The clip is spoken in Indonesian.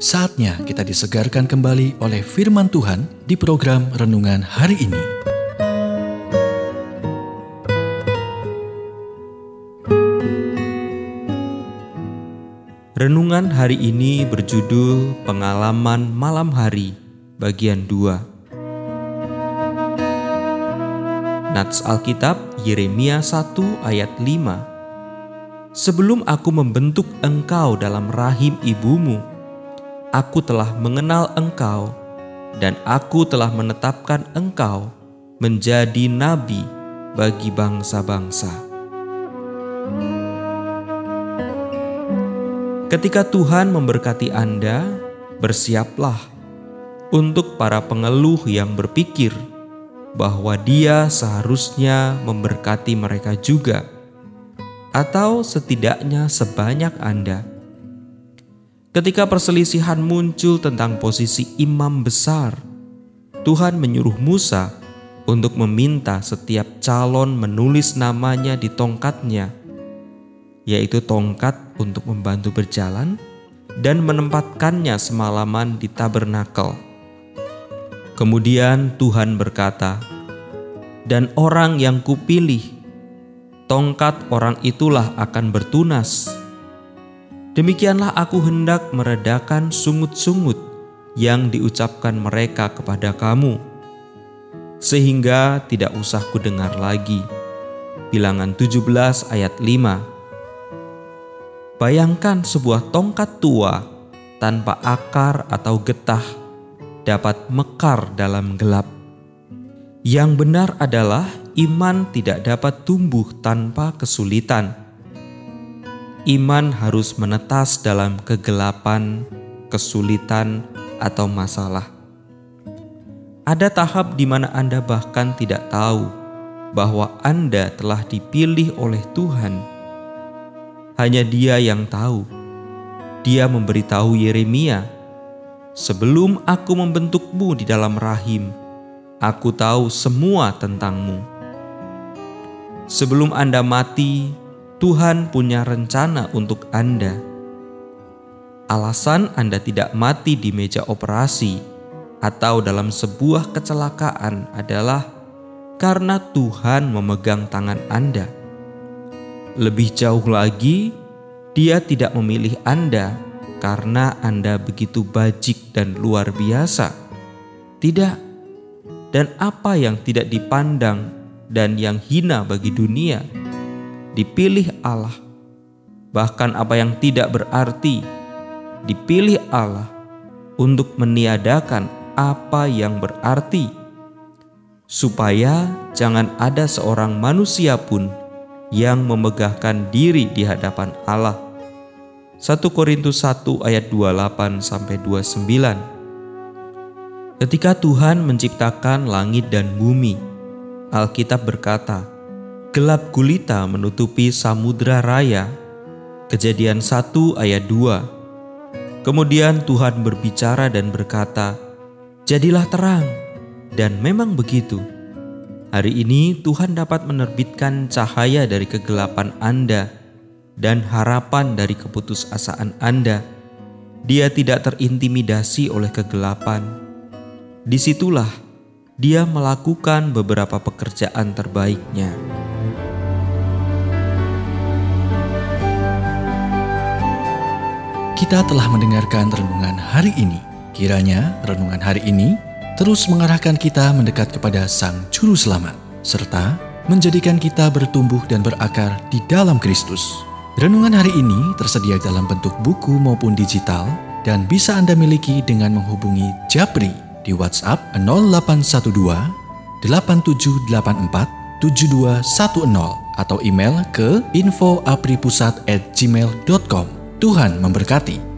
Saatnya kita disegarkan kembali oleh firman Tuhan di program Renungan Hari Ini. Renungan hari ini berjudul Pengalaman Malam Hari, bagian 2. Nats Alkitab Yeremia 1 ayat 5. Sebelum aku membentuk engkau dalam rahim ibumu, aku telah mengenal engkau, dan aku telah menetapkan engkau menjadi nabi bagi bangsa-bangsa. Ketika Tuhan memberkati Anda, bersiaplah untuk para pengeluh yang berpikir bahwa Dia seharusnya memberkati mereka juga, atau setidaknya sebanyak Anda. Ketika perselisihan muncul tentang posisi imam besar, Tuhan menyuruh Musa untuk meminta setiap calon menulis namanya di tongkatnya, yaitu tongkat untuk membantu berjalan, dan menempatkannya semalaman di tabernakel. Kemudian Tuhan berkata, "Dan orang yang kupilih, tongkat orang itulah akan bertunas. Demikianlah aku hendak meredakan sungut-sungut yang diucapkan mereka kepada kamu, sehingga tidak usah kudengar lagi." Bilangan 17 ayat 5. Bayangkan sebuah tongkat tua tanpa akar atau getah dapat mekar dalam gelap. Yang benar adalah iman tidak dapat tumbuh tanpa kesulitan. Iman harus menetas dalam kegelapan, kesulitan, atau masalah. Ada tahap di mana Anda bahkan tidak tahu bahwa Anda telah dipilih oleh Tuhan. Hanya Dia yang tahu. Dia memberitahu Yeremia, "Sebelum aku membentukmu di dalam rahim, aku tahu semua tentangmu." Sebelum Anda mati, Tuhan punya rencana untuk Anda. Alasan Anda tidak mati di meja operasi atau dalam sebuah kecelakaan adalah karena Tuhan memegang tangan Anda. Lebih jauh lagi, Dia tidak memilih Anda karena Anda begitu bajik dan luar biasa. Tidak. Dan apa yang tidak dipandang dan yang hina bagi dunia dipilih Allah. Bahkan apa yang tidak berarti dipilih Allah untuk meniadakan apa yang berarti, supaya jangan ada seorang manusia pun yang memegahkan diri di hadapan Allah. 1 Korintus 1 ayat 28-29. Ketika Tuhan menciptakan langit dan bumi, Alkitab berkata, gelap gulita menutupi samudra raya. Kejadian 1 ayat 2. Kemudian Tuhan berbicara dan berkata, "Jadilah terang." Dan memang begitu. Hari ini Tuhan dapat menerbitkan cahaya dari kegelapan Anda dan harapan dari keputusasaan Anda. Dia tidak terintimidasi oleh kegelapan. Disitulah Dia melakukan beberapa pekerjaan terbaiknya. Kita telah mendengarkan renungan hari ini. Kiranya renungan hari ini terus mengarahkan kita mendekat kepada Sang Juru Selamat, serta menjadikan kita bertumbuh dan berakar di dalam Kristus. Renungan hari ini tersedia dalam bentuk buku maupun digital dan bisa Anda miliki dengan menghubungi Japri di WhatsApp 0812 8784 7210 atau email ke info@apripusat@gmail.com. Tuhan memberkati.